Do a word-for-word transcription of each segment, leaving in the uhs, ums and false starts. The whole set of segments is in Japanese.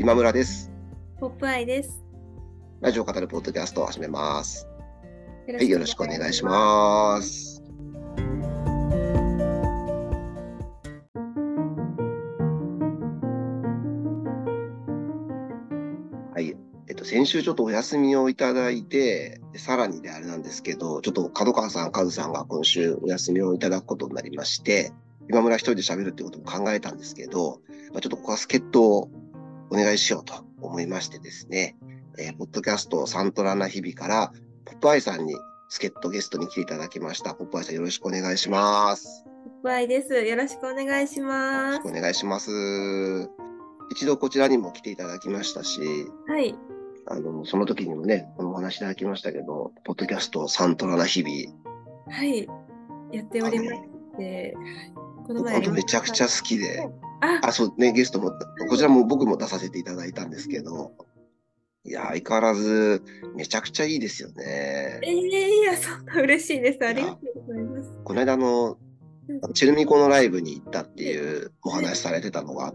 今村です。 ポップアイです。 ラジオを語るポッドキャストを始めます。 よろはい、よろしくお願いしくお願いしします。 ます。はい、えっと、先週ちょっとお休みをいただいて、でさらにであれなんですけど、ちょっと角川さん、カズさんが今週お休みをいただくことになりまして、今村一人で喋るってことも考えたんですけど、まあ、ちょっとここは助っ人をお願いしようと思いましてですね、えーポッドキャストサントラな日々から、ポップアイさんに助っ人ゲストに来ていただきました。ポップアイさんよろしくお願いします。 ポップアイです。よろしくお願いしよろします。 くお願いします。一度こちらにも来ていただきましたし、 はい。 あの、その時にもね、お話いただきましたけど、ポッドキャストサントラな日々、 はい。やっておりましあの、 て、この僕前本当めちゃくはい。 ちゃ好きで、 あ、 あ、そうね、ゲストも、 はこちらい。 も僕も出させていただいたんですけど、いや、相変わらずめちゃくちゃいいですよね。 えー、いや、そんな嬉しいです。ありがといや、 うございます。 この間の、 うん、 チェルミコのライブに行ったってはい。 いうおはい。 話されてたのがあって、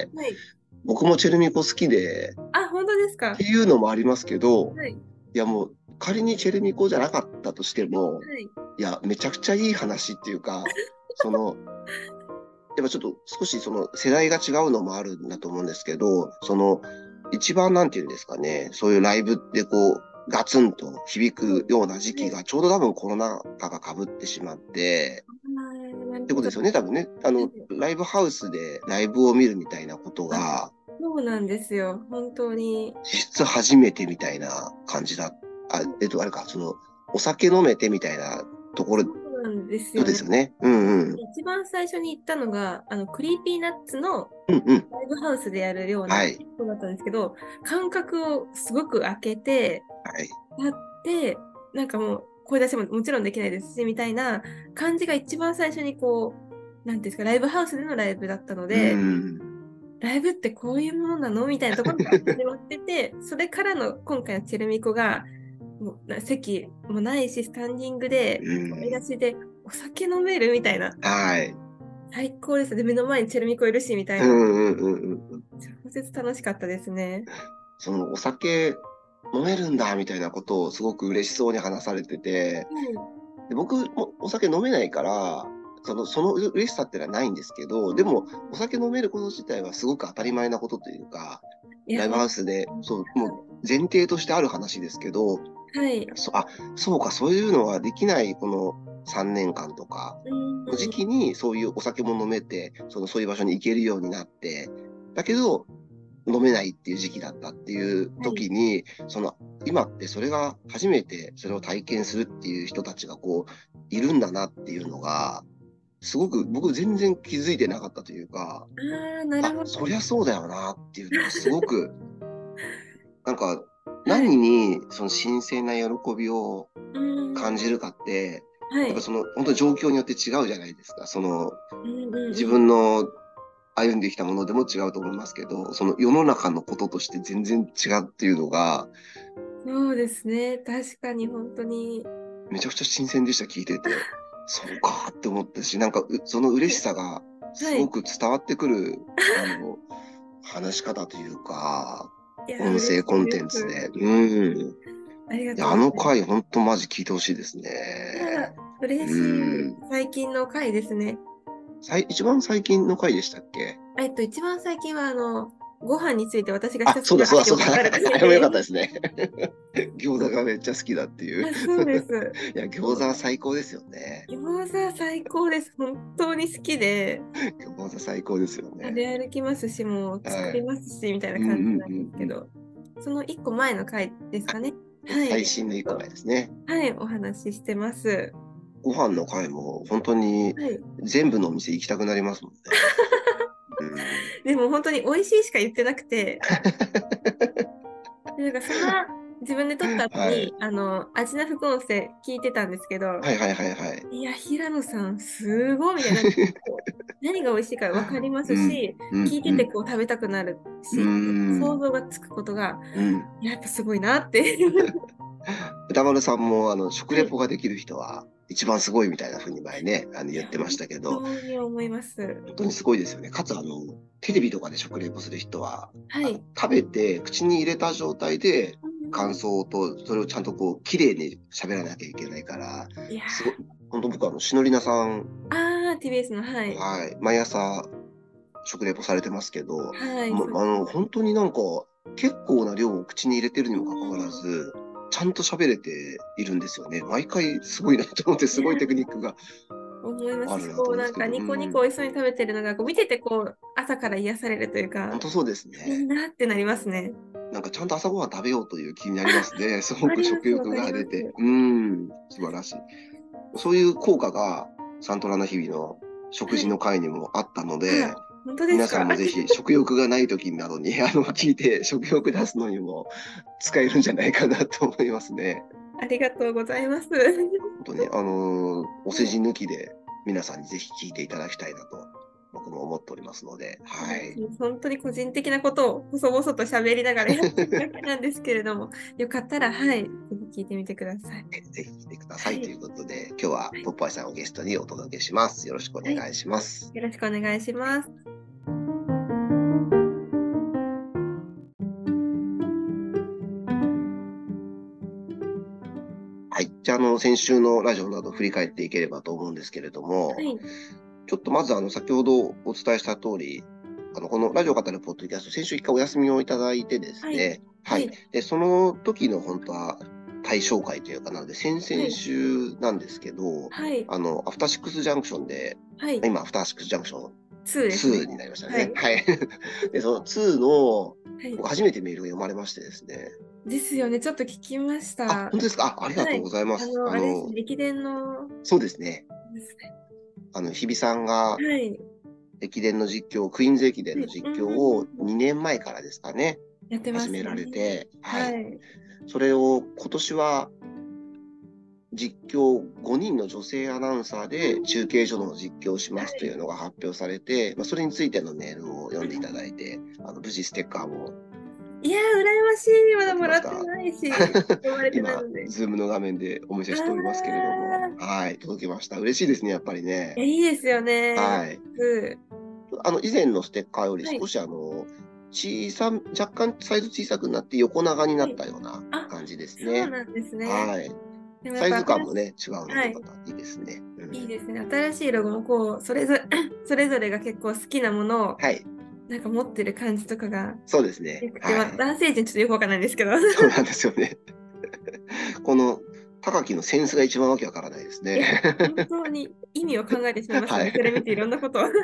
はい。 僕もチェルミコ好きで、 あ、本当ですか？ っていうのもありますけど、 はい。 いやもう仮にチェルミコじゃなかったとしても、 はい。 いや、めちゃくちゃいい話っていうか、その、やっぱちょっと少しその世代が違うのもあるんだと思うんですけど、その、一番なんていうんですかね、そういうライブってこう、ガツンと響くような時期はい。 がちょうど多分コロナ禍が被ってしまって、 あー、なるほど。 ってことですよね、多分ね。あの、 はい。 ライブハウスでライブを見るみたいなことあ、 が、 そうなんですよ。本当に。 実質初めてみたいな感じだ。あ、えっと、あれか、その、お酒飲めてみたいなところ、 そうなんですよね。 そうですよね。うんうん。 一番最初に行ったのが、あの、クリーピーナッツのうんうん。 ライブハウスでやるようなはい。 ことだったんですけど、間隔をすごく空けて、 はい。 やって、なんかもう声出しももちろんできないですし、みたいな感じが一番最初にこう、なんていうんですか、ライブハウスでのライブだったのうで、 ん。 ライブってこういうものなのみたいなところから始まってて、それからの今回のチェルミコが、もうな席もないし、スタンディングで、 う声出ん。 しでお酒飲めるみたいな、 はい。 最高です。で、目の前にチェルミコいるし、みたいな。 うんうんうんうんうん。 超絶楽しかったですね。 その、お酒飲めるんだみたいなことをすごく嬉しそうに話されてて、 はい。 で僕もお酒飲めないから、その、その嬉しさってのはないんですけど、でも、お酒飲めること自体はすごく当たり前なことというか、 いや、 ライブほん、 ハウスで、そう、もう前提としてある話ですけど、 はい。 そ、あ、そうか、そういうのはできない、このさんねんかんとかうん。 の時期に、そういうお酒も飲めて、その、そういう場所に行けるようになって、だけど、飲めないっていう時期だったっていうはい。 時に、その、今ってそれが初めてそれを体験するっていう人たちがこう、いるんだなっていうのが、すごく僕全然気づいてなかったというか、 ああ、なるあ、 ほど。 そりゃそうだよなっていうのがすごく、なんか、 はい。 何にその神聖な喜びをうん。 感じるかって、 はい。 やっぱその、本当に状況によって違うじゃないですか。その、 うんうん自うん。 分の歩んできたものでも違うと思いますけど、その世の中のこととして全然違うっていうのが、 そうですね。確かに本当に。 めちゃくちゃ新鮮でした、聞いてて。そうかって思ったし、なんか、うその嬉しさがすはい。 ごく伝わってくる、あの、話し方というか、 いや、 音嬉し声コンテいです。 ンツで。うん。いありがとや、 うあのございます。 回、ほんとマジ聞いてほしいですいや、 ね。 嬉しい。 うん。 最近の回ですね。 さい、一番最近の回でしたっけ？ えっと、一番最近は、あの、ご飯について私がひあ、 たすそうだそうだそうだ。 ら愛を語るあれも良かった回。 ですね。餃子がめっちゃ好きだっていう。 あ、そうです。 いや、餃子は最高ですよね。 餃子最高です。本当に好きで、 餃子最高ですよね。 食べ歩きますし、もう作りはい。 ますし、みたいなうんうん感じなんですうんうん。 けど、その一個前の回ですかね。はい。 最新の一個前ですね。 はい、お話ししてます。 ご飯の回も本当にはい。 全部のお店行きたくなりますもんね。うん。 でも本当に美味しいしか言ってなくて、でなんかその自分で撮った後はい。 に、あの、味な副音声聞いてたんですけど、 はいはいはいはい。 いや、平野さん、すごいみたいな、こう何が美味しいか分かりますうん、 し、 うん、 聞いててうん、 こう食べたくなるうし、想ん、 像がつくことが、 うん。 やっぱすごいなって。 歌丸さんも、あの、食はい。 レポができる人は一番すごいみたいな風に前ね、あの、 いや、 言ってまし本たけど、 当に思います。 本当にすごいですよね。かつ、あの、 テレビとかで食レポする人は、あのはい。 食べて口に入れた状態で感うんうん。 想とそれをちゃんとこう綺麗に喋らなきゃいけないから、 いやすごい、本当僕はあの、しのりなさん、 ー、あー、ティービーエス の、はい。 はい、毎朝食レポされてますけど、 はい、そう。 もうあの、本当になんか結構な量を口に入れてるにうもかかわらん。 ず、ちゃんと喋れているんですよね。毎回すごいなと思って、 いやすごいテクニックが思いますし、 あるなとこうなんか思うんですけど、 ニコニコうん、 美味しそうに食べてるのが、こう見ててこう朝から癒されるというか、 本当そうですいいね。 なってなりますね。 なんかちゃんと朝ごはん食べようという気になりますね。すごわかります、わく食欲かります。 が出て。うーん、素晴らしい。そういう効果がサントラの日々の食事のはい。 会にもあったので、 あ、本当です皆さんか？ もぜひ食欲がない時などに、あの、聞いて食欲出すのにも使えるんじゃないかなと思いますね。 ありがとうございます。 本当に、あのーおはい。 世辞抜きで皆さんにぜひ聞いていただきたいなと僕も思っておりますので、はい。 本当に個人的なことを細々と喋りながらやってるだけなんですけれども、よかったら、はい、ぜひ聞いてみてください。 ぜひ聞いてくださはい。 いということで、今日ははい。 ポッパイさんをゲストにお届けします。よろしくおはい。 願いします。 よろしくお願いします。 はい。じゃあ、あの、先週のラジオなど振り返っていければと思うんですけれども、 はい。 ちょっとまず、あの、先ほどお伝えした通り、あの、このラジオ語るポッドキャスト、先週一回お休みをいただいてですはい。 ね、はい。 はい。 で、その時の本当は対象会というかなので、先々 はい。 週なんですけど、 はい。 あの、アフターシックスジャンクションで、 はい。 今、アフターシックスジャンクションツーですね。 ツーになりましたね。 はい。 はい。で、そのツーの、 はい。 僕初めてメールが読まれましてですね。 ですよね。ちょっと聞きましあ、 た。 本当ですか？あ、ありがとうごはい。 ざいます。 あの、 あの、 あれですね。駅伝のそうですね。 ですね。 あの、日比さんがはい。 駅伝の実況、クイーンズ駅伝はい。 の実うんうんうん況をうん。 にねんまえからですかね、 やってま始めらすね。 れて、はい。 はい。 それを今年は実況ごにんの女性アナウンサーうんうんで中継所の実況をしはい。 ますというのが発表されて、まあ、それについてのメールを読んでいただいて、あの無事ステッカーもいやー、羨ましい。まだもらって届きました。 ないし、呼ばれてない今、 ので。 ズームの画面でお見せしておりますけれども、 あはい、届きました。嬉しいですね、やっぱりね。 ー、いいですよね。 はい。 うんあの、以前のステッカーよりはい。 少しあの、小さ、若干サイズ小さくなって横長になっはい。 たようなあ、 感じですね。 そうなんですね。 はい。 でもやっサイズぱ新しい、 感もね、違うのはい。 でまたいいですね。うん。 いいですね。新しいロゴもこう、それぞれそれぞれが結構好きなものをはい。 なんか持ってる感じとかがそうですね。 よくて、まあ、 はい。 男性陣ちょっとよくわかんないんですけど。 そうなんですよね。この高木のセンスが一番わけわからないですいや、 ね。 本当に意味を考えてしまいますよね。 はい。 それ見ていろんなことを。は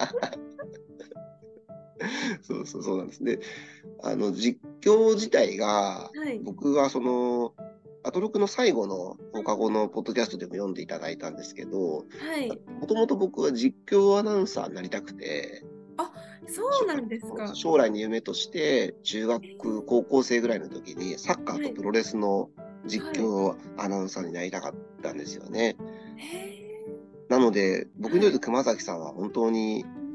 そうそうそうなんですね。あの、実況自体が、 い。 僕はその、アトロクの最後の放課後のポッドキャストでも読んでいただいたんですけど、 はい。 もともと僕は実況アナウンサーになりたくて、 あ、そしょうなんですか。 将来の夢として、中学、高校生ぐらいの時にサッカーはい。 とプロレスの実はい。 況アナウンサーになりたかったんですよね。 へえ。 なので、僕にとってはい。 熊崎さんは本当にうん。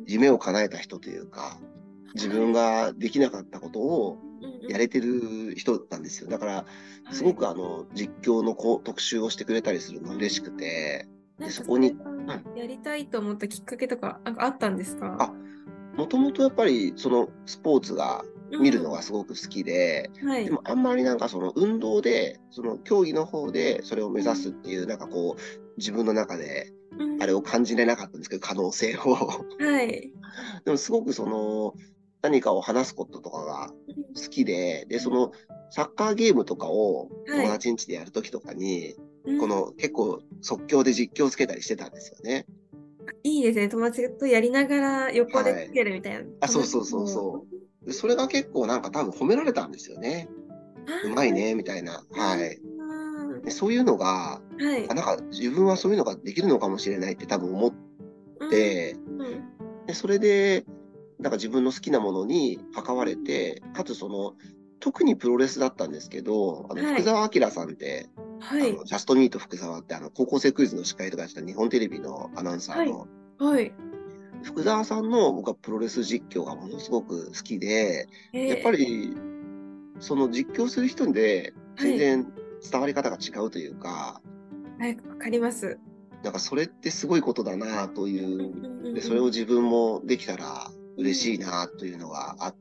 夢を叶えた人というか、自分はい。 ができなかったことをうんうんうん。 やれてる人なんですよ。だから、すはい。 ごくあの、実況のこう特集をしてくれたりするの嬉しくて、で、 なんかそこに、 それがうん、 やりたいと思ったきっかけとか、なんかあったんですか？ あ、もともとやっぱりそのスポーツが見るのがうん。 すごく好きで、 はい。 でもあんまりなんかその運動で、その競技の方でそれを目指すっうん。 ていう、なんかこう、自分の中でうん。 あれを感じれなかったんですけど、可能性を。 はい。 でもすごくその、何かを話すこととかが好きで、で、 うん。 その、サッカーゲームとかを友はい。 達ん家でやるときとかに、 うん。 この結構即興で実況つけたりしてたんですよね。 いいですね。友達とやりながら横でつはい。 けるみたいな。 あ、そう楽しそうそうそう。 そう。でそれが結構なんか多分褒められたんですよね。 あうまいね、みあ、 たいな。はい。 うん。 でそういうのが、あ、 はい。 なんか自分はそういうのができるのかもしれないって多分思っうん。 て、 うん。 で、それで、なんか自分の好きなものに関われうんて、かつその、特にプロレスだったんですけど、あの、福はい。 沢明さんって、あの、 はい。 ジャストミート福沢って、あの、高校生クイズの司会とかやってた日本テレビのアナウンサーはい。 の、 はい。 福沢さんの僕はプロレス実況がものすごく好きで、やっぱえり、その実況する人でー、はい。 全然伝わり方が違うというか、 はい。わかります。 なんかそれってすごいことだなとうんういう、 んうんうで、 んうん。 それを自分もできたら嬉しいなというのがあって、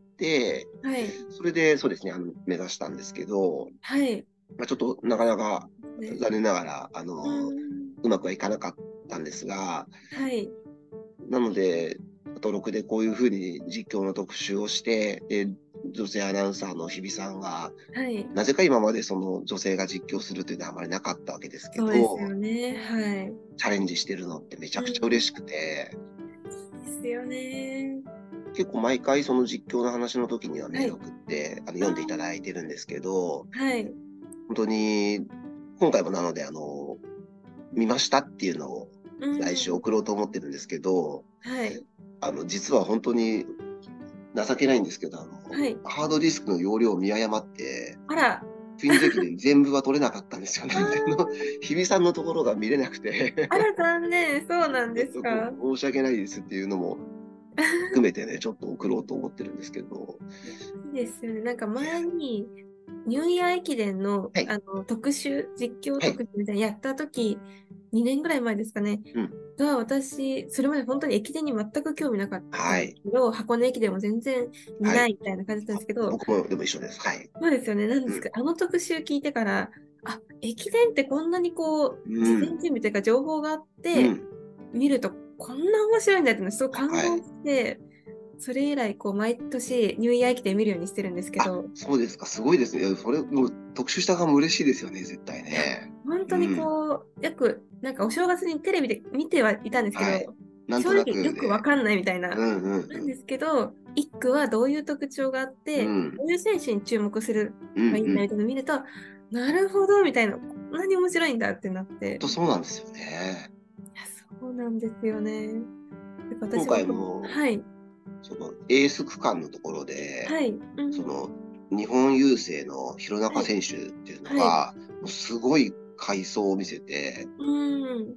はい。 それでそうですね、あの、目指したんですけど、 はい。 まあ、ちょっとなかなかね。 残念ながら、あうの、 ん。 うまくはいかなかったんですが、 はい。 なので、登録でこういうふうに実況の特集をして、で、女性アナウンサーの日比さんが、 はい。 なぜか今までその女性が実況するというのはあまりなかったわけですけそうですよど、 ね。はい。 チャレンジしてるのってめちゃくちゃうん。 嬉しくて、 ですよね。 結構毎回その実況の話の時にははい。 メール送ってあのあ読んでいただいてるんですけど、 あ、はい。 本当に今回もなのであの、見ましたっていうのをう来週ん。 送ろうと思ってるんですけど、 はい。 あの、実は本当に情けないんですけど、あの、 はい。 ハードディスクの容量を見誤って、 あら。 クイーンズ駅で全部は取れなかったんですよね。 ああの、 ー日比さんのところが見れなくてあら、残念。そうなんちょっですか。 と申し訳ないですっていうのも含めてね、ちょっと送ろうと思ってるんですけど。 いいですよね。なんかいや、 前にニューイヤー駅伝の、 はい、 あの特集、実況はい、 特集みたいなのやった時、にねんぐらい前ですかね。 うん、 が私、それまで本当に駅伝に全く興味なかったんですはい、 けど、箱根駅伝も全然見はい。 ないみたいな感じだったんですけど、 僕もでも一緒です。はい。 そうですよね。なんでうん、 すか、あの特集聞いてから、あ、駅伝ってこんなにこう、事前うん、 準備というか情報があって、 うん、 見るとこんな面白いんだっていうのすごい感動しはい。 て、それ以来、こう、毎年ニューイヤー駅伝見るようにしてるんですけあ、 ど、 そうですか。すごいですね。それ、もう特集した側も嬉しいですよね、絶対いや、 ね。 本当にうん。 こう、よく、なんかお正月にテレビで見てはいたんですけはい。 ど、 なんとな正直よくわくで。 かんないみたいな、 うんうんうん。 なんですけど、一区はどういう特徴があって、 うん。 どういう選手に注目するうんうん。 ばいいんだみたいなのを見ると、なるほどみたいな、こんなに面白いんだってなって、 ほんとそうなんですよね。 いや、そうなんですよね。だから今私もこ、 回も、 はい、 そのエース区間のところで、 はい、うん、 その日本郵政の弘はい、 中選手っていうのはい、 が、もうすごい快走を見せて、 うん、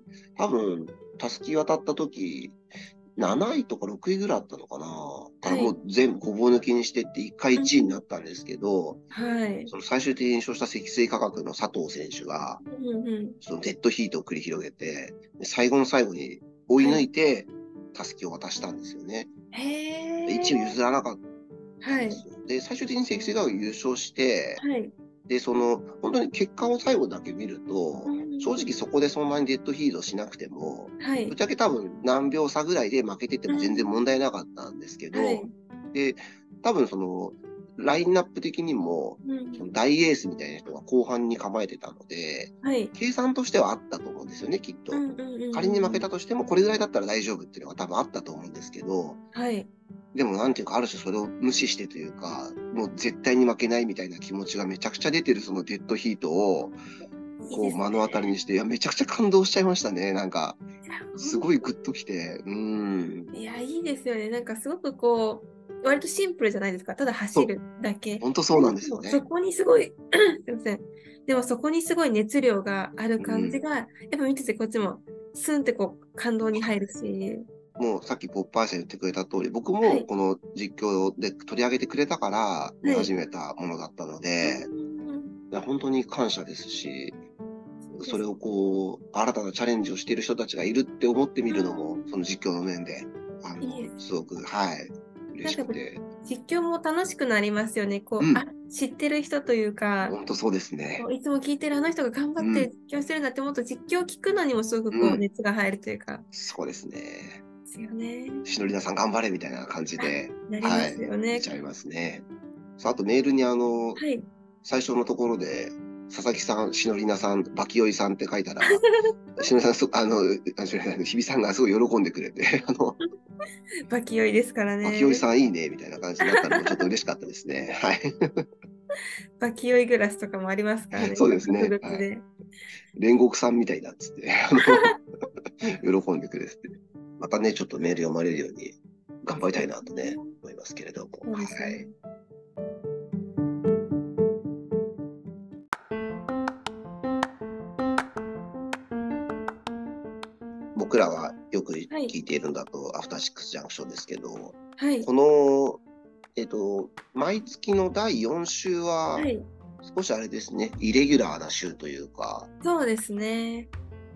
多分、たすき渡った時、なないとかろくいぐらいあったのかなからはい、 もう全部ごぼう抜きにしてっていっかいいちいになうん、 ったんですけど、 はい、 その最終的に優勝した積水化学の佐藤選手が、 うん、うん、 そのデッドヒートを繰り広げて、で最後の最後に追いはい、 抜いて、たすきを渡したんですよね。 へでいちいを譲え、 らなかったんはい、 ですよ。で、最終的に積水化学優勝して、 はい、 で、その、本当に結果を最後だけ見ると、 うん、 正直そこでそんなにデッドヒートしなくても、 はい、 ぶっちゃけ多分何秒差ぐらいで負けててうも全然問ん、 題なかったんですけど、 はい、 で、多分その、ラインナップ的にも、 うん、 その大エースみたいな人が後半に構えてたので、 はい、 計算としてはあったと思うんですよね、きっと。 うん、うん、うん、 仮に負けうん、 たとしても、これぐらいだったら大丈夫っていうのが多分あったと思うんですけど、 はい、 でもなんていうか、ある種それを無視してというか、もう絶対に負けないみたいな気持ちがめちゃくちゃ出てるそのデッドヒートを、こういいですね。 目の当たりにして、いや、めちゃくちゃ感動しちゃいましたね。なんか、 いや、ほんすごいグッときて、うーん。 いや、いいですよね。なんかすごくこう、割とシンプルじゃないですか。ただ走そう、 るだけ。 本当そうなんでですよね。 もそこにすごいすいません。でもそこにすごい熱量があるうん。 感じが、やっぱ見ててこっちもスンってこう感動に入るし。 もうさっきポップアイさん言ってくれた通り、僕はい、 もこの実況で取り上げてくれたから見はい。 始めたものだったのうで、 ーん、 いや本当に感謝ですし、 そうです。 それをこう、新たなチャレンジをしている人たちがいるって思ってみうるのも、 ん、 その実況の面で、あの、 いいです。 すごく、はい、嬉なんかやっぱしくて。 実況も楽しくなりますよね。こう、あ、 うん、 知ってる人というか、 本当そうですね。 こういつも聞いてるあの人が頑張ってうん、 実況してるんだってもっと実況を聞くのにもすごくこううん、 熱が入るというか、 そうですね。 ですよね。 しのりなさん頑張れみたいな感じあ、 で、 なりまはい、 すよね。 出ちゃいますね。そうあとメールにあの、 はい。 最初のところで、佐々木さん、しのりなさん、バキオイさんって書いたら、しのりさん、そあの、あしのりさん日比さんがすごい喜んでくれて、あの、 バキ良いですからバキオイね。 さんいいね、みたいな感じになったのもちょっと嬉しかったですね。はい。 バキ良いグラスとかもありますからね。 そう今、特ですね。はい。 別で。 煉獄さんみたいだっつって、あの、喜んでくれてて。またね、ちょっとメール読まれるように頑張りたいなとね、思いますけれども。 そうですね。 はい。僕らはよく聞はい。 いているんだと、アフターシックスジャンクションですけど、 はい。 この、えっと、毎月のだいよん週は、 はい。 少しあれですね、イレギュラーな週というか、 そうですね。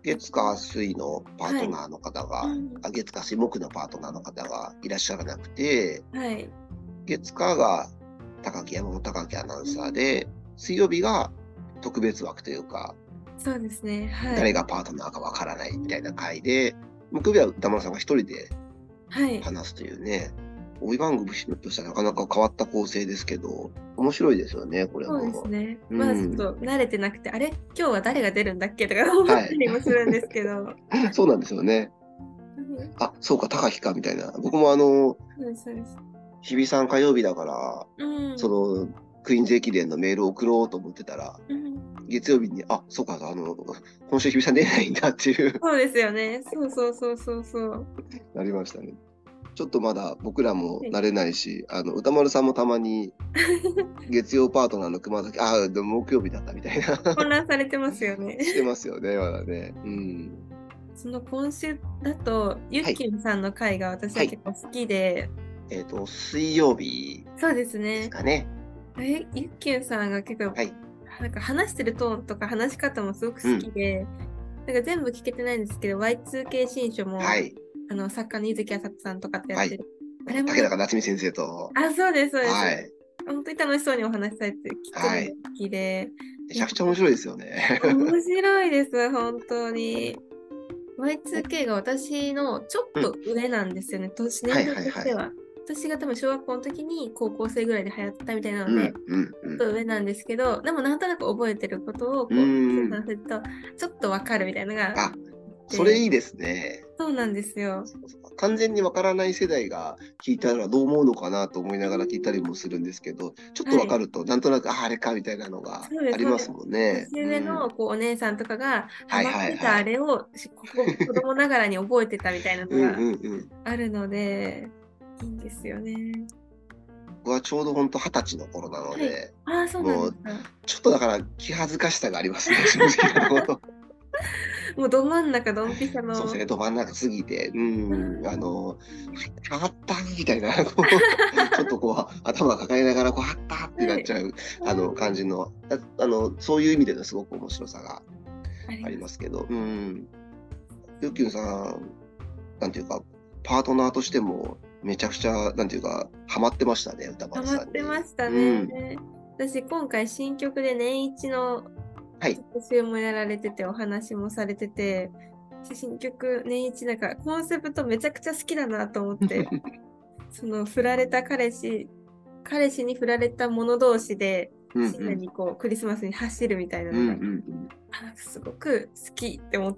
月火水のパートナーの方が、 はいうん、 あ月火水木のパートナーの方がいらっしゃらなくて、 はい。 月火が高木山本高木アナウンサーで、水曜日が特別枠というか、 そうですね。はい。 誰がパートナーかわからないみたいな回で、木曜日は歌丸さんが一人ではい。 話すというね、帯番組としてはなかなか変わった構成ですけど、面白いですよね、これそうですも。 ね。 うんまだちょっと慣れてなくて、あれ今日は誰が出るんだっけとか思ったりもするんですけど。 そうなんですよね。 うんあ、そうか、高木か、みたいな。僕もあの、 そうです、そうです。 日比さん火曜日だから、 うん。 その、クイーンズ駅伝のメールを送ろうと思ってたら、 うん月曜日に、あ、そうか、あの、今週日比さん出ないんだっていうそうですよね。そうそうそうそうそう。 なりましたね。ちょっとまだ僕らもはい慣れないし、あの、歌丸さんもたまに月曜パートナーの熊崎、あ、でも木曜日だったみたいな混乱されてますよね。 してますよね、まだね。うん。 その今週だと、ゆはい。 っきゅんさんの回が私はい。 は結構好きで、 えっと、水曜日そうですですね。 かね。 え、ゆっきゅんさんが結構、 はい。 なんか話してるトーンとか話し方もすごく好きうん。 で、なんか全部聞けてないんですけど、ワイツーケー 新書も、 はい。 あの、作家の柚木あさこさんとかとやっはい。 てる。あれも竹なんか、 中夏実先生と、 あ、そうです、そうです。 はい。 本当に楽しそうにお話しされて聞くのがはい。 好きで、 めちゃくなんかちゃ面白いですよね。 面白いです、本当に。ワイツーえケー が私のちょっうん。 と上なんですよね、年はい年代はいはい。 としては。私が多分小学校の時に高校生ぐらいで流行ったみたいなので、 うんうんちょっうん。 と上なんですけど、でもなんとなく覚えてることをうこう、 ーん。 話せると、ちょっとわかるみたいなのがあっあ、それて、 いいですね。 そうなんですよ。 そうそう、完全にわからない世代が聞いたらどう思うのかなと思いながら聞いたりもするんですけど、ちょっとはい。 わかると、なんとなく、あ、あれかみたいなのがそうです、 ありますそうです。 もんね。 年うん。 上のこうお姉さんとかがハはいマってたあはいはい。 れをしここ子供ながらに覚えてたみたいなのうんがうんうん。 あるので、いいんですよね。 僕はちょうど本当二十歳の頃なのはい。 で、 ああ、そうなんもう、 ですか。 ちょっとだから気恥ずかしさがありますね、正直なところ。 もうど真ん中、ドンピシャの。 そうですね、ど真ん中すぎて、うあん、あーの、変わったみたいな、こう、ちょっとこう、頭抱えながら、こう、あったってなはい。 っちゃう、 ああの、感じの、ああの、そういう意味でのすごく面白さがああります。 りますけど、うん。ゆっきゅんさん、なんていうか、パートナーとしても、めちゃくちゃ、なんていうか、ハマってましたね、歌ハ丸マってまさんに。 したね。 うん。 私、今回新曲で年一のはい。 特集もやられてて、お話もされてて、新曲年一なんかコンセプトめちゃくちゃ好きだなと思って、その振られた彼氏、彼氏に振られた者同士で、新年うんうん。 にこうクリスマスに走るみたいなうんうんのが、 うん。 あすごく好きって思って、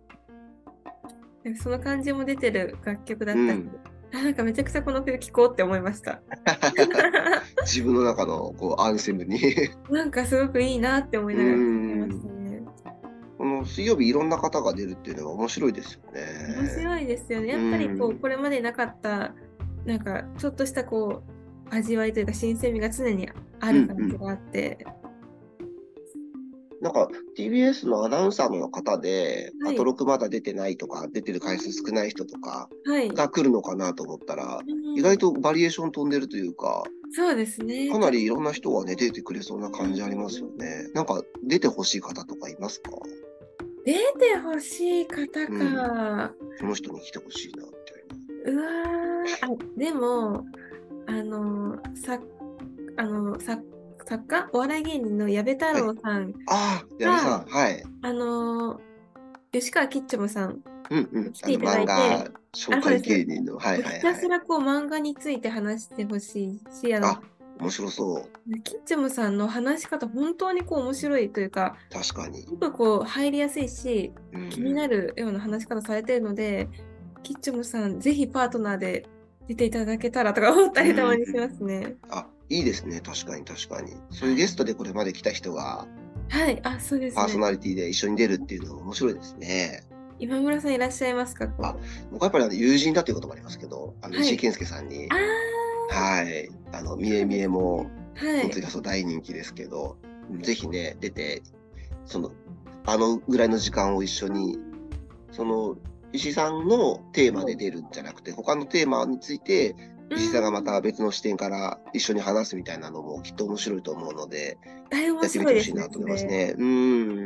その感じも出てる楽曲だったし、 うん。 あなんかめちゃくちゃこの曲聴こうって思いました。 自分の中の、こう、アンセムになんかすごくいいなって思いうながら聴いてましたん。 ね。 この水曜日いろんな方が出るっていうのは面白いですよ面ね。 白いですよね。 うやっぱりこう、 ん。 これまでなかった、なんかちょっとしたこう、味わいというか新鮮味が常にあうんうん。 る感じがあって、 なんか ティービーエス のアナウンサーの方で、 はい、 アトロクまだ出てないとか、出てる回数少ない人とかはい。 が来るのかなと思ったら、 うん、 意外とバリエーション飛んでるというか、 そうですね。 かなりいろんな確かに。 人がね、出てくれそうなうん感じありますようんうんね。なんか出てほしい方とかいますか？ 出てほしい方うん。 か。 この人に来てほしいな、みたいな。 うわーあ、でも、あの、さ、あの、さ、作家お笑い芸人の矢部太はい。 郎さんああ、矢部さが、 ん、はい。 あの、吉川きっちょむさんうんうん。あの、 に来ていただ漫いて、 画紹あ、そう介です。 芸人の。はいもうひたはいはい。 すらこう漫画について話してほしいし、あの、 あ、面白そう。 キッチョムさんの話し方、本当にこう面白いというか、 確かに。 すごくこう入りやすいし、 うんう気になん。 るような話し方されてるので、キッチョムさん、ぜひパートナーで出ていただけたらとか思ったうりたまにしんうん。 ますね。 あ、いいですね。確かに確かに。そういうはい。 ゲストでこれまで来た人がはい。あ、そうですね。 パーソナリティで一緒に出るっていうのは面白いですね。 今村さんいらっしゃいますかあ、 こ僕はやっぱりあの友人だということもありますけど、あのう。はい。 石井健介さんに、 あはい、あの、 ー、 みえそうですみえも、 ね。はい。 ポッドキャスト大人気ですけど、ぜひね、出て、その、あのぐらいの時間を一緒に、その、石井さんのテーマで出るんじゃなくて、他のテーマについて、 う石井さんがまん。 た別の視点から一緒に話すみたいなのもきっと面白いと思うので、 大面やってみて白いですね、 ほしいなとそれ。 思いますね。うん。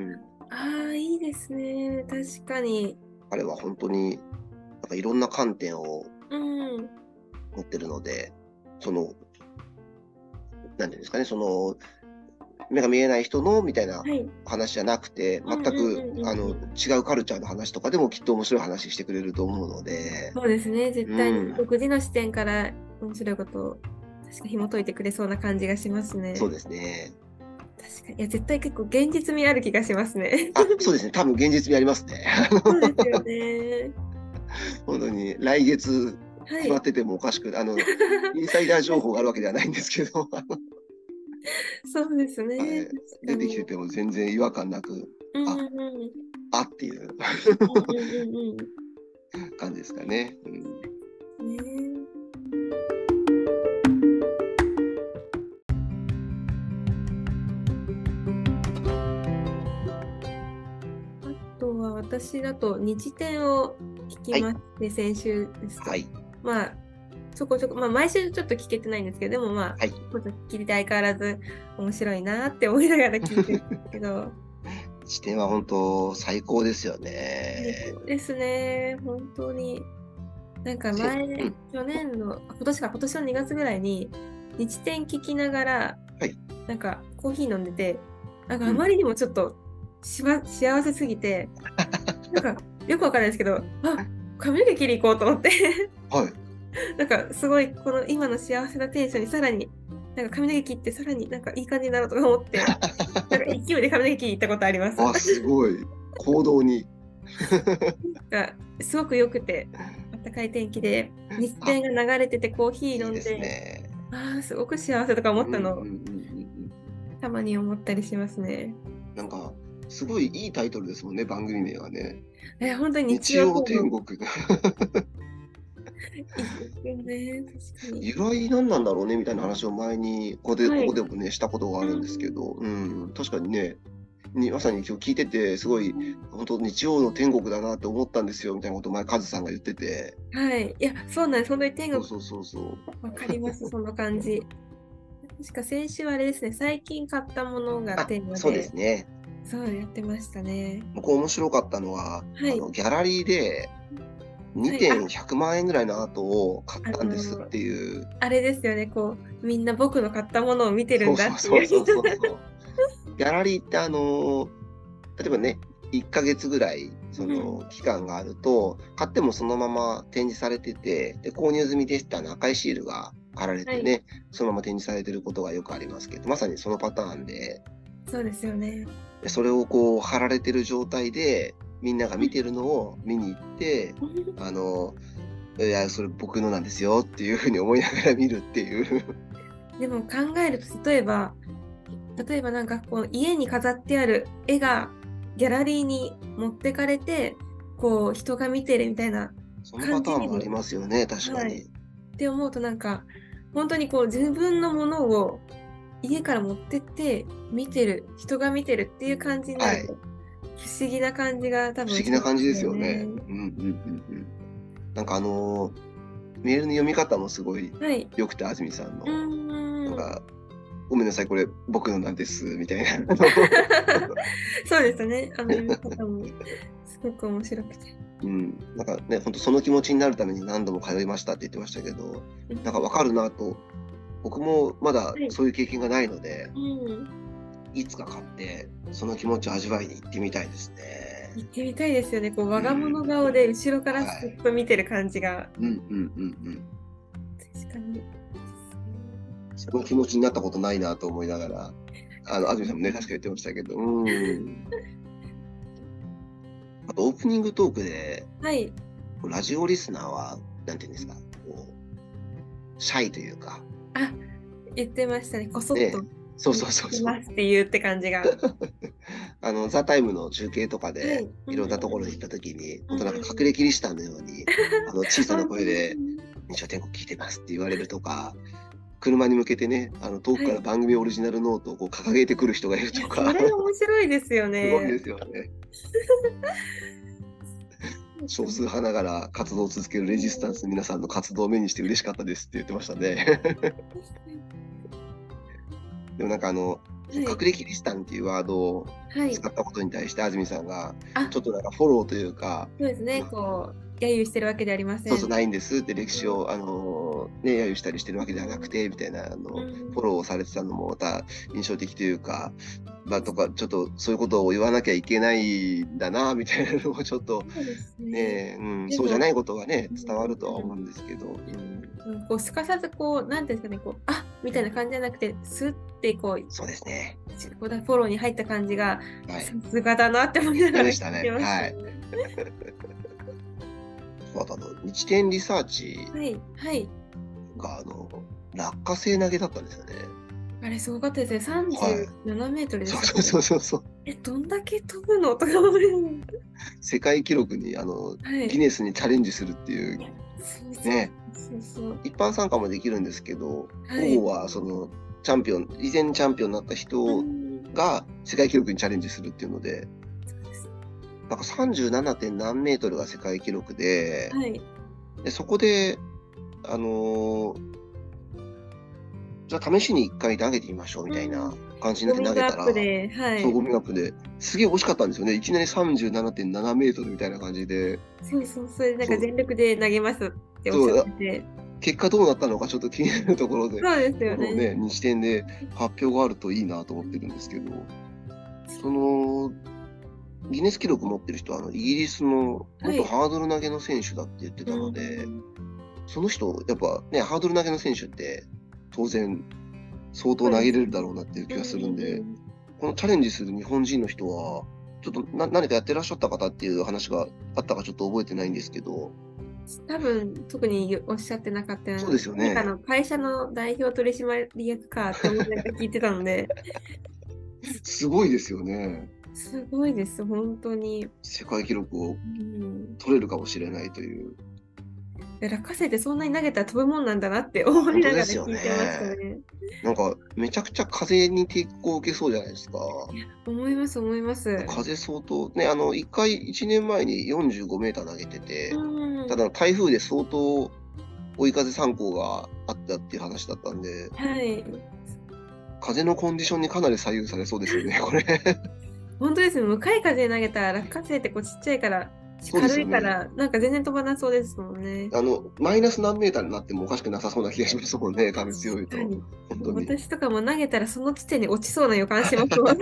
ああ、いいですね。確かに。 彼は本当になんかいろんな観点をうん。 持ってるので、その、なんていうんですかね、その、目が見えない人のみたいなはい。 話じゃなくて、 うん全くうんうんあのうんうん。 違うカルチャーの話とかでもきっと面白い話してくれると思うので、 そうですね。絶対にうん、 独自の視点から面白いことを確か紐解いてくれそうな感じがしますね。 そうですね。 確かに。いや、絶対結構現実味ある気がしますね。 あ、そうですね。多分現実味ありますね。 そうですよね。 本当に来月はい。 決まっててもおかしく、あの、インサイダー情報があるわけではないんですけど、あのそうですはね。 い、 確かに。 出てきてても全然違和感なく、あ、 うんうんうん。 あっていううんうんうん感じですかね。うん、 うん。ねえ。あとは私だと日展を聞きはい、 まして、先週ですと。 はい、 まあ、ちょこちょこ、まあ、毎週ちょっと聞けてないんですけど、でもまあ、 はい。 ちょっと聞いて相変わらず面白いなって思いながら聞いてるんですけど、 視点は本当最高ですよ最ね。 高ですね。本当に。なんかせ、う前、 ん、 去年の、あ今年か、今年のにがつぐらいに、日展聞きながら、 はい、 なんかコーヒー飲んでて、なんかうん、 あまりにもちょっとしわ幸せすぎて、なんかよくわかんないですけど、あ、髪の毛切り行こうと思って、 はい。 なんかすごいこの今の幸せなテンションにさらに、なんか髪の毛切ってさらになんかいい感じになろうとか思って、なんか勢いで髪の毛切り行ったことあります。 あ、すごい。行動に。 がすごく良くて、あったかい天気で、日あ、 展が流れててコーヒーいいです飲んで、 ね。 ああ、すごく幸せとかうんうんうんう思ったのをん。 たまに思ったりしますね。 なんか、すごいいいタイトルですもんね、番組名がね。 え、本当に日日曜曜天国。 天国。 いいですよね。確かに。 由来何なんだろうねみたいな話を前にここで、ここはい。 でもね、したことがあうるんですけん。 ど、うん、確かにね、にまさに今日聞いてて、すごい、本当日曜の天国だなって思ったんですよみたいなことを前、カズさんが言ってて、 はい。いや、そうなんです。本当に天国、 そうそうそうそう。 わかります、その感じ。確か先週あれですね、最近買ったものがあ、 テーマそうでで、 すね。 そうやってましたね。 僕面白かったのは、 はい。 あの、ギャラリーで2 はい。あ、 点ひゃくまん円ぐらいのアートを買っあたんですっの、 ていう、 あれですよね、こう、みんな僕の買ったものを見てるそうんだそうそうっていう。 そうそうそう。ギャラリーってあの例えばね、いっかげつぐらい、そうん。 の期間があると、買ってもそのまま展示されてて、で、購入済みですってあの赤いシールが貼られはい。 てね、そのまま展示されてることがよくありますけど、まさにそのパターンで、 そうですよね。 でそれをこう貼られてる状態で、みんなが見てるのを見に行って、あの、いや、それ僕のなんですよっていうふうに思いながら見るっていう。 でも考えると、例えば、例えばなんかこう家に飾ってある絵がギャラリーに持ってかれて、こう人が見てるみたいなそのパ感ターンもありじにも、 ますよね、確かはい。っに。 て思うとなんか、本当にこう自分のものを家から持ってって見てる、人が見てるっていう感じになはい。 ると、不思議な感じが多不分思議な感じでしますよすよね。 ね。 うんうんうんうん。なんかあのーメールの読み方もすごいはい。 良くて、安住さんうの。なんーん。 か、ごめんなさい、これ僕のなんです、みたいな。 そうですね。あの読み方もすごく面白くて。 うん。なんかね、本当その気持ちになるために何度も通いましたって言ってましたけど、なんかわかるなと、僕もまだはい。 そういう経験がないので、 うん。 いつか買って、その気持ちを味わいに行ってみたいですね。 行ってみたいですよね。こう、我がうん。 物顔で後ろからそっはい。 と見てる感じが。 うんうんうんうん。 確かに。 その気持ちになったことないなと思いながら、あの、安住さんもね、確か言ってましたけど、うん。あと、オープニングトークで、 はい。 ラジオリスナーは、なんていうんですか、こう、シャイというか、 あ、言ってましたね。こそっね、 とそう言っそうそうそう。 てますって言うって感じが。 あの、ザ・タイムの中継とかで、 はい。うんいろんなところに行うんった時に、 うん。 本当なんかうんうんうん。 隠れキリシタンのように、あの、小さな本当声で、 に。 日曜天国聞いてますって言われるとか、車に向けてね、あの、遠くからはい。 番組オリジナルノートをこう掲げてくる人がいるいや、 とか、 それ面白いですよすごいでね。 すよね。少数確かに。 派ながら活動を続けるレジスタンスの皆さんの活動を目にして嬉しかったですって言ってましたね。でもなんかあの、 はい隠れキリシタンっていうワードをはい。 使ったことに対して安住さんが、 あ、 ちょっとなんかフォローというか、 そうですね。こう、揶揄してるわけではありません。 そうそうないんですって歴史を、あのね、揶揄したりしてるわけではなくて、みたいな、あの、 うんフォローをされてたのもまた印象的というか、まあとか、ちょっとそういうことを言わなきゃいけないんだな、みたいなのをちょっと、 そうですね。 ね、うん、 でもそうじゃないことがね、 うん伝わるとは思うんですけど、 うんこうすかさずこう、なんていうんですかね、こう、あみたいな感じじゃなくて、スッてこう、 そうですね。 こうフォローに入った感じが、 はい。 さすがだなって思いながら聞いでしたねてましたはいあとあの、日天リサーチはい、はい。 が、あの、落花生投げだったんですよね。 あれすごかったですね。さんじゅうななメートルでしたっけ、 そうそうそうそう。 え、どんだけ飛ぶのとか思いなが世界記録に、あの、 らはい。 ギネスにチャレンジするっていう、 そうそうね。 そうそう。 一般参加もできるんですけど、 はい王はその、チャンピオン、以前チャンピオンになったう人んが世界記録にチャレンジするっていうので、なんか さんじゅうなな. 点何メートルが世界記録で、 はい。 でそこで、あのーじゃあ試しに一回投げてみましょうみたいな感じになって投げたら、 ウォーミングアップで、はい。 そう、ゴミアップで、すげえ惜しかったんですよね。いきなり さんじゅうななてんなな メートルみたいな感じで、 そうそう、それでなんそうか全力で投げますっておっしゃってて。 結果どうなったのかちょっと気になるところで、 そうですよこのね。 ね、日展で発表があるといいなと思ってるんですけど、その、ギネス記録持ってる人は、あの、イギリスのはい元ハードル投げの選手だって言ってたので、 うんその人、やっぱね、ハードル投げの選手って、当然、相当投げれるだろうなっていう気がするんで、 うんこのチャレンジする日本人の人は、ちょっとな何かやってらっしゃった方っていう話があったかちょっと覚えてないんですけど、 多分特におっしゃってなかったようなそうですよねなんかあの会社の代表取締役かって思ってなんか聞いてたので、 すごいですよね。 すごいです、本当に。 世界記録をうん、 取れるかもしれないという。 落花生ってそんなに投げたら飛ぶもんなんだなって思いながら聞いてましたね。 なんか、めちゃくちゃ風に抵抗を受けそうじゃないですか。 思います、思います。 風相当、ね、あの、一回、一年前によんじゅうごメーター投げてて、 うんただ台風で相当追い風参考があったっていう話だったんで、 はい。 風のコンディションにかなり左右されそうですよね、これ。 本当ですね、向かい風で投げたら落花生ってこうちっちゃいから、 そうですよね軽いから、なんか全然飛ばなそうですもんね。 あの、マイナス何メーターになってもおかしくなさそうな気がしますもんね、風強いと。 確かに本当に。 私とかも投げたらその地点に落ちそうな予感しますもん。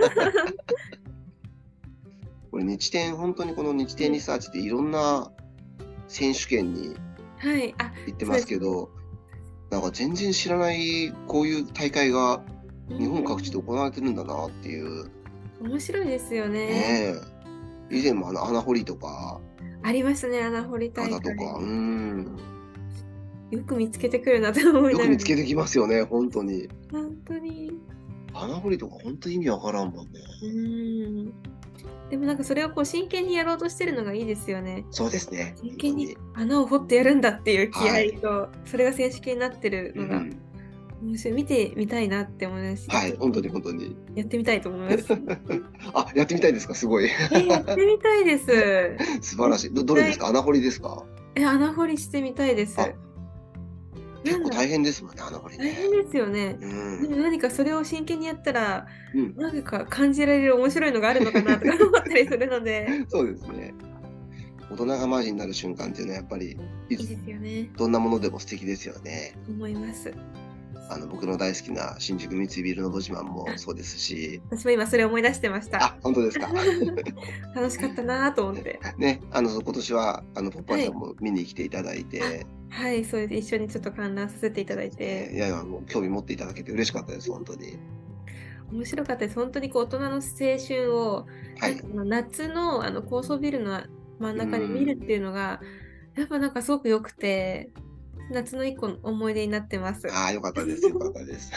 これ日展、本当にこの日展リサーチでいろんな選手権にはい。あ、 行ってますけど、なんか全然知らないこういう大会が日本各地で行われてるんだなっていう。 面白いですよね。 ねえ。以前もあの穴掘りとか、 ありますね、穴掘り大会。 方とか、うん。 よく見つけてくるなと思いながら。 よく見つけてきますよね、本当に。 本当に。 穴掘りとか本当意味わからんもんね。 うん。でもなんかそれをこう真剣にやろうとしてるのがいいですよね。 そうですね。 真剣に穴を掘ってやるんだっていう気合と、 はそれが選手権になってるのがうん、 面白い。見てみたいなって思いますし、 はい、本当に本当に。 やってみたいと思います。 あ、やってみたいですか、すごい。 えやってみたいです。 素晴らしい。どどれですか、穴掘りですか。 え、穴掘りしてみたいです。 あ結構大変ですもんね、穴掘りね。 大変ですよね。 うん。 でも何かそれを真剣にやったら、 うん、 なんか感じられる面白いのがあるのかなとか思ったりするので、 そうですね。大人がマジになる瞬間っていうのはやっぱりいいいですよね。 どんなものでも素敵ですよね。 思います。 あの僕の大好きな新宿三井ビルのど自慢もそうですし。 私も今それ思い出してました。 あ、本当ですか。 楽しかったなと思って。 ね、あの今年はあのポッパイさんも見に来ていただいて、 はい、それで一緒にちょっと観覧させていただいて、 いやいやもう興味持っていただけて嬉しかったです本当に。 面白かったです。本当にこう大人の青春を、 はいなんかあの夏のあの高層ビルの真ん中で見るっていうのが、やっぱなんかすごく良くて、夏の一個の思い出になってます。 ああ、よかったです。よかったです。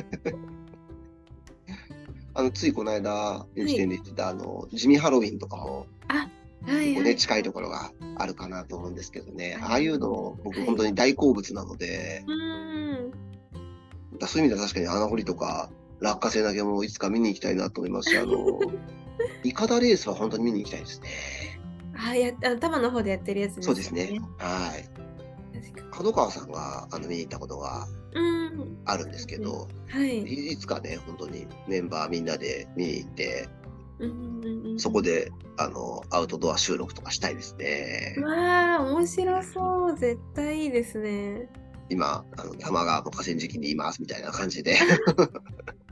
あのついこの間日展で言ってた、あの地味ハロウィンとかも。 あ、はいはい、 ね、近いところがあるかなと思うんですけどね、 はいああいうの僕はい本当に大好物なので、 うーん。 だそういう意味では確かに穴掘りとか落花生投げもいつか見に行きたいなと思いますし、あのイカダレースは本当に見に行きたいですね。 あ、や、あの多摩の方でやってるやつですね。 そうですね。はい。 確か角川さんがあの見に行ったことがに。うん。 あるんですけど、 はい。 いいつかね、本当にメンバーみんなで見に行って、 うんうんうんうん。 そこであのアウトドア収録とかしたいですね。 わあ、面白そう。絶対いいですね。 今、あの玉川の河川敷にいますみたいな感じで。 確か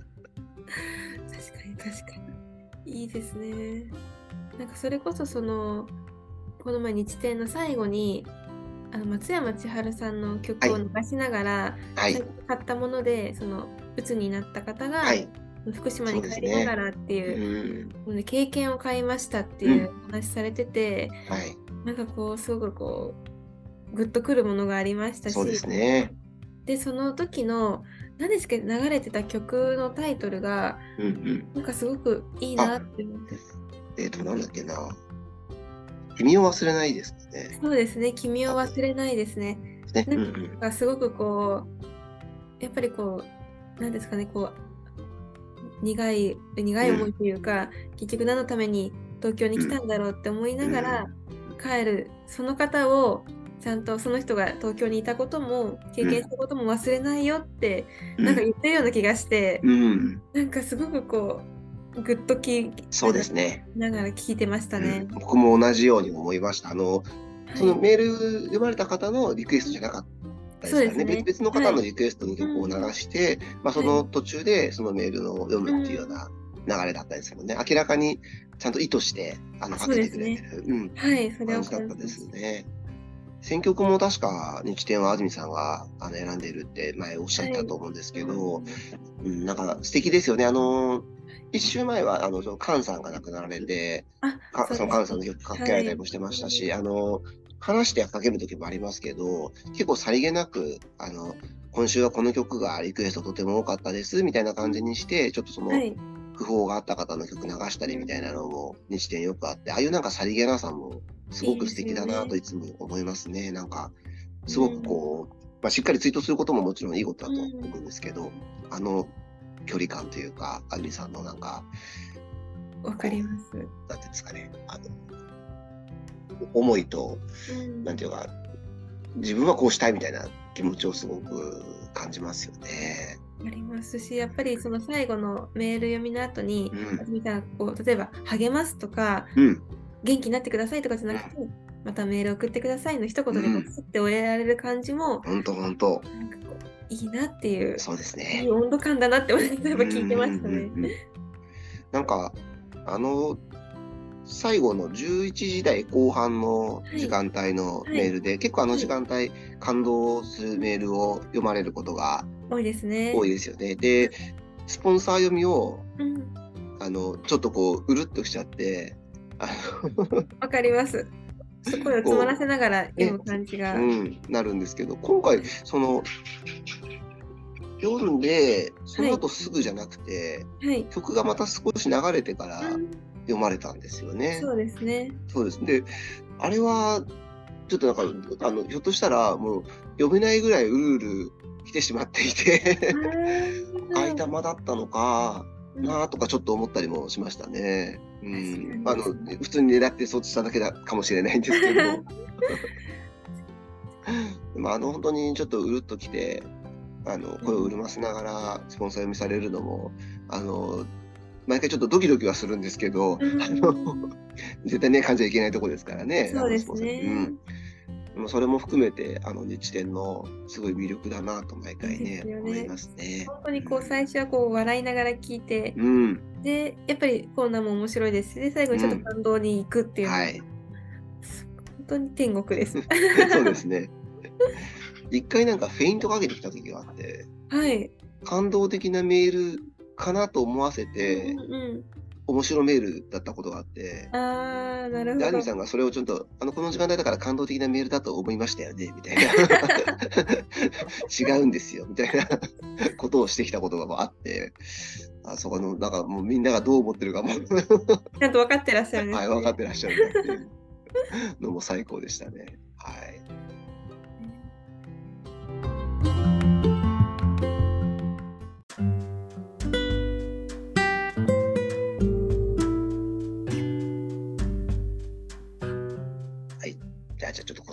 に確かに。いいですね。なんかそれこそその、この前日展の最後に、あの松山千春さんの曲を流しながら、 はい最近買ったもので、その、鬱になった方が、 はい福島にそうですね。 帰りながらってういう、 ん。 ので経験を買いましたってうんいう話されてて、 はい。 なんかこう、すごくこう、グッとくるものがありましたそうでし、 すね。 で、その時の、何ですか、流れてた曲のタイトルが、 うんうん。 なんかすごくいいあ、 なって思って。 えっと、なんだっけな。君を忘れないですかね。 そうですね、君を多分忘れないですね。 ですね。 なんうんうん。 かすごくこう、やっぱりこう、なんですかね、こう、苦い、苦い思いというか、結局何のために東京に来たんだろうって思いながら帰る、その方を、ちゃんとその人が東京にいたことも、経験したことも忘れないよって、なんか言ってるような気がして、 うん。うん。 なんかすごくこう、グッとき、 そうですね。 ながら聞いてましたね。 うん、僕も同じように思いました。あの、 はい。 そのメール読まれた方のリクエストじゃなかったですからね。別そうですね。 別の方のはい。 リクエストの曲を流うん。 して、まあ、そはい。 の途中でそのメールの読むっていうような流れだったですもんね。明らかにちゃんと意図してあのかそうけですね。 てくれてる、うん、 はい、それを感じだったで感じます。 すね。選曲も確か日展は安住さんがあの選んでいるって前おっしゃってたはい。 と思うんですけど、うん、なんか素敵ですよね。あの、一週前は、あの、その菅さんが亡くなられて、 あ、 かそのそうですね。 菅さんの曲かけらはい。 れたりもしてましたし、あの、話してかける時もありますけど、結構さりげなく、あの、今週はこの曲がリクエストとても多かったです、みたいな感じにして、ちょっとその、 はい。 訃報があった方の曲流したりみたいなのも日展よくあって、ああいうなんかさりげなさもすごいいですく素敵だなとよね。 いつも思いますね。なんか、すごくうん。 こう、まあ、しっかりツイートすることももちろんいいことだとうん。 思うんですけど、あの距離感というか、安住さんのなんか、 わかこります。 う、なんていうんですかね、あの、思いと、 うん。 なんていうか、自分はこうしたいみたいな気持ちをすごく感じますよね。 ありますし、やっぱりその最後のメール読みの後に、 うん。 あずみさん、こう、例えば、励ますとか、 うん。 元気になってくださいとかじゃうん。 なくて、またメール送ってくださいの一言でこう、 うん。 スッて終えられる感じも、 ほんとほんと。 なんかこう、いいなっていう、 そうですいいね。 温度感だなって思いながらやっうんうんぱ聞いてましたね。 うんうん。なんか、あの、最後のじゅういちじ台後半のはい。 時間帯のはい。 メールで、結構あのはい。 時間帯、感動するメールを読まれることが多いですね。 多いですよね。で、スポンサー読みを、 うん。 あの、ちょっとこう、うるっとしちゃって、あの、 わかります。ちょっと声を詰まらこせながらう、ね、 読む感じが。 うん、なるんですけど、今回、その、読んで、そはい。 の後すぐじゃなくて、 はい。 曲がまた少し流れてからうん。 読まれたんですよね。 そうですね。 そうです。で、あれは、ちょっとなんか、あの、ひょっとしたら、もう、読めないぐらいうるうる来てしまっていあて空いたあ。 間だったのかうん。 なとかちょっと思ったりもしましたね。う確かん。あの、 にその普通に狙ってそうしただけだかもしれないんですけど、でもあの、本当にちょっとうるっと来て、あの、声をうん。 潤ませながらスポンサー読みされるのも、あの、毎回ちょっとドキドキはするんですけど、あうの、 ん。 絶対ね、噛んじゃいけないとこですからね、あの、スそうですポンサー。うん。 ね。 でもそれも含めて、あの、日展のすごい魅力だなと毎いいで回ね、 すよね。 思いますね。 本当にこう最初はこう笑いながら聞いて、 うん。 で、やっぱりコーナーも面白いですし、で、最後にちょっとうん。 感動に行くっていうのが、 はい。 本当に天国です。 そうですね。一回なんかフェイントかけてきた時があって、 はい。 感動的なメールかなと思わせうんて、 うんうん。 面白メールだったことがあって、 ああ、なるで、 ほど。 安住さんがそれをちょっと、あの、この時間帯だから感動的なメールだと思いましたよね、みたいな。違うんですよ、みたいなことをしてきたことがあって、あそこの、なんかもうみんながどう思ってるかもちゃんと分かってらっしゃるんではい、 すね。 分かってらっしゃるんだっていうのも最高でしたね。はい。はい。じゃあ、じゃあちょっとこの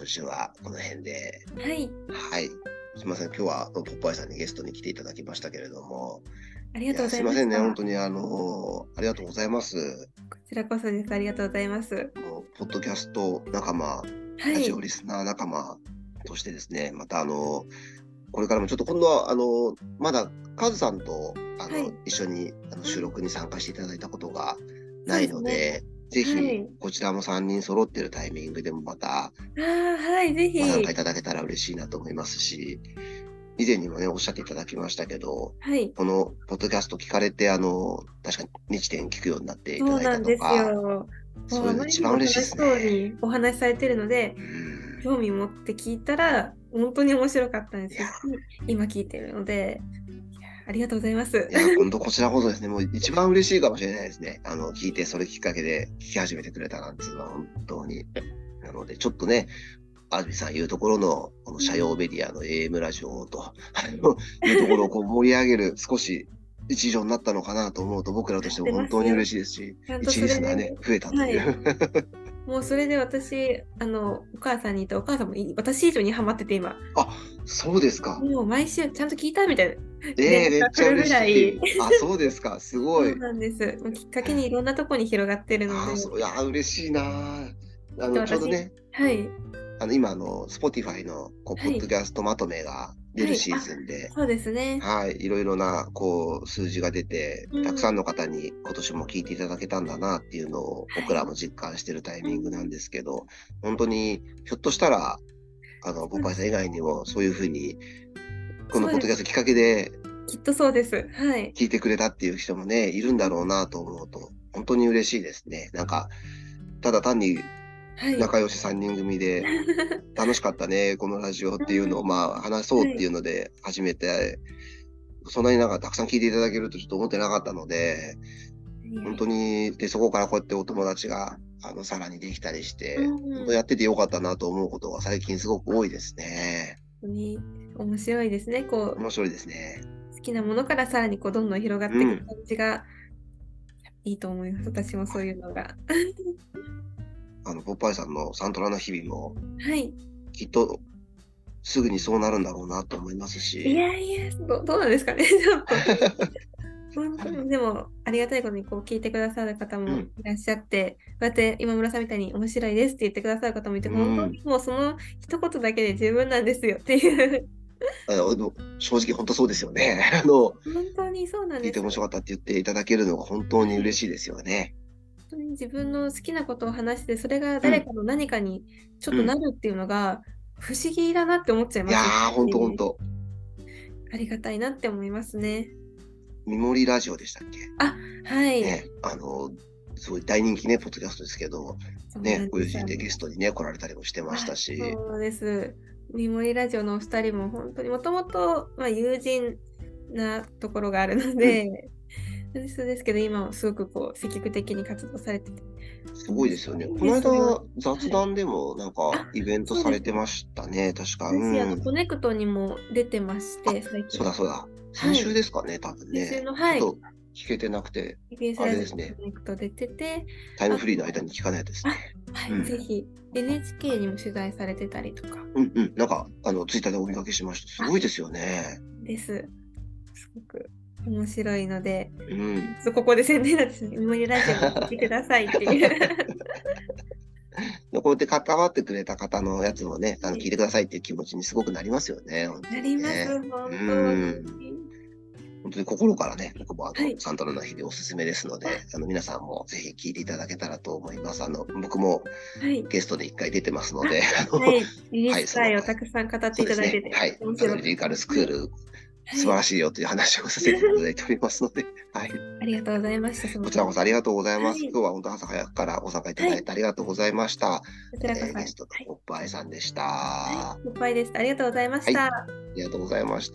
今週はこの辺で。 はい。 はい。すみません。今日はポッパイさんにゲストに来ていただきましたけれども。 ありがとうございいや、すいませんね。 ました。 本当にあの、ありがとうございます。 こちらこそです。ありがとうございます。 もうポッドキャスト仲間、 はラジオい。 リスナー仲間としてですね、またあの、これからもちょっと今度は、あの、まだカズさんと、あの、 はい。 一緒にあの収録に参加していただいたことがないそうですね。 ので、ぜひ、 はい。 こちらもさんにん揃ってるタイミングでもまたああ、はい、ぜご参加いひ。 ただけたら嬉しいなと思いますし、以前にもね、おっしゃっていただきましたけど、 はい。 このポッドキャスト聞かれて、あの、確かに日天聞くようになっていたそうだいたなんですとか、 よ。もうそういうのあまりにも一番嬉しいです楽しそうね。 にお話しされてるので、 うん。 興味持って聞いたら、本当に面白かったんいや、 ですし、今聞いてるので、いやありがとうございます。 いや、今度こちらこそですね、もう一番嬉しいかもしれないですね。あの、聞いて、それきっかけで聞き始めてくれたなんていうのは本当に。なので、ちょっとね、安住さん言うところの、この社用メディアの エーエム ラジオと、あの、いうところをこう盛り上げる、少し一助になったのかなと思うと、僕らとしても出本当にますよ。 嬉しいですし、 ちゃんと一それで、 リスナーね、増えたとはい。 いう。 もうそれで私、あの、お母さんに言って、お母さんもい私以上にハマってて今、 あ、そうですか。 もう毎週ちゃんと聞いたみたいな連ええ、めっ絡が来るぐちゃ嬉しらい、 い。あ、そうですか。すごい。 そうなんです。もうきっかけにいろんなとこに広がってるので、 あ、そう、いや、嬉しいな。あの、ちょうどきっと私、 ね、 はい、 あの、今、あの、Spotify の、こう、ポはい、 ッドキャストまとめが出はい、 るシーあ、 ズンで、 そうですね。 はい、いろいろな、こう、数字が出て、 うん、 たくさんの方に今年も聞いていただけたんだなっていうのを、 はい。 僕らも実感してるタイうミングなんん、 ですけど、本当に、ひょっとしたら、あの、ポそうです。 パイさん以外にも、そういうふうに、このそうです。 ポッドキャストきっかけできっとそうです。はい。 聞いてくれたっていう人もね、いるんだろうなと思うと、本当に嬉しいですね。なんか、ただ単にはい。 仲良しさんにん組で、楽しかったね、このラジオっていうのを、 うん、 まあ、話そうっていはい。 うので始めて、そんなになんかたくさん聞いていただけるとちょっと思ってなかったので、本当いやいや。 に、で、そこからこうやってお友達が、あの、さらにできたりしうて、本当ん、 やっててよかったなと思うことが最近すごく多いですね。 本当に面白いですね。こう、 面白いですね。 好きなものからさらにこうどんどん広がっうん。 ていく感じがいいと思います。私もそういうのが。 あの、ポッパイさんのサントラの日々も、 はい。 きっとすぐにそうなるんだろうなと思いますいし、 やいや、ど、どうなんですかね。ちょっと。本当に、でも、ありがたいことにこう聞いてくださる方もうん。 いらっしゃって、こうやって今村さんみたいに面白いですって言ってくださる方もいて、 う本当にん。 もうその一言だけで十分なんですよっていう。 あの、正直本当そうですよね。あの、 本当にそうなん聞いてです。 面白かったって言っていただけるのが本当にはい。 嬉しいですよね。 本当に自分の好きなことを話して、それがうん。 誰かの何かにちょっうん。 となるっていうのが不思議だなって思っちゃいいやますー、本当本し、 当。 ありがたいなって思いますね。 ミモリラジオでしたっけあ、はい。 ね。あの、すごい大人気ね、ポッドキャストですけど、 そうなね、 んです。 ご友人でゲストにね、来られたりもしてましあ、 たし、 そうです。ミモリラジオのお二人も本当にもともと、まあ、友人なところがあるのうん。 で、ですですけど、今はすごくこう積極的に活動されてて、 すごい面ですよね。 白いです、 この間、 それは。 雑はい。 談でもなんかあ、 イベントそうです。 されてましたね。確か。う私、あの、コん。 ネクトにも出てましあ、 て、最近。 そうだそうだ。先はい。 週ですかね、多分ね。 先週の、はい。 ちょっと聞けてなくて、 ティービーエス ラジオあれですね。 のコネクト出てて、 タイムあフリーの間と、 に聞かないとですあ、 ね。 はい、ぜうん。 ひ、エヌエイチケー にも取材されてたりとか、 うんうん。なんか、あの、ツイッターでお見かけしました。すあ、 ごいですよね。 です。すごく面白いので、 うん。 ちょっとここで宣伝なんですね。ミモリラジオも聞いてくださいっていう。 でこうやって関わってくれた方のやつもね、あの、聞いはい、 てくださいっていう気持ちにすごくなりますよね。本当なにります、 ね。う本当ん。 に。 本当に心からね、僕もあの、 はい。 サントラの日でおすすめですのあ、 で、あの、皆さんもぜひ聞いていただけたらと思います。あの、僕もはい。 ゲストで一回出てますのあ、 で、あの、 はい。リリーはい、その、 ス会をたくさん語っていたそうですね。 だいてて、 はい。あの、 面白かったです。 リリカルスクはい。 ール、 はい。 素晴らしいよという話をさせていただいておりますので、はい。 ありがとうございました、その時は。 こちらこそありがとうございます。 はい。 今日は本当朝早くからご参加いたはい。 だいてありがとうございました。 こちらこそ。 えーゲはい。 ストのポップアイさんでしはい。いた。 っぱいです。ありがとうございまはい。 した。 ありがとうございました。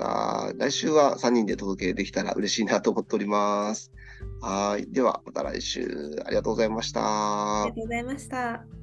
来週はさんにんで届けできたら嬉しいなと思っております。はい。では、また来週。ありがとうございました。 ありがとうございました。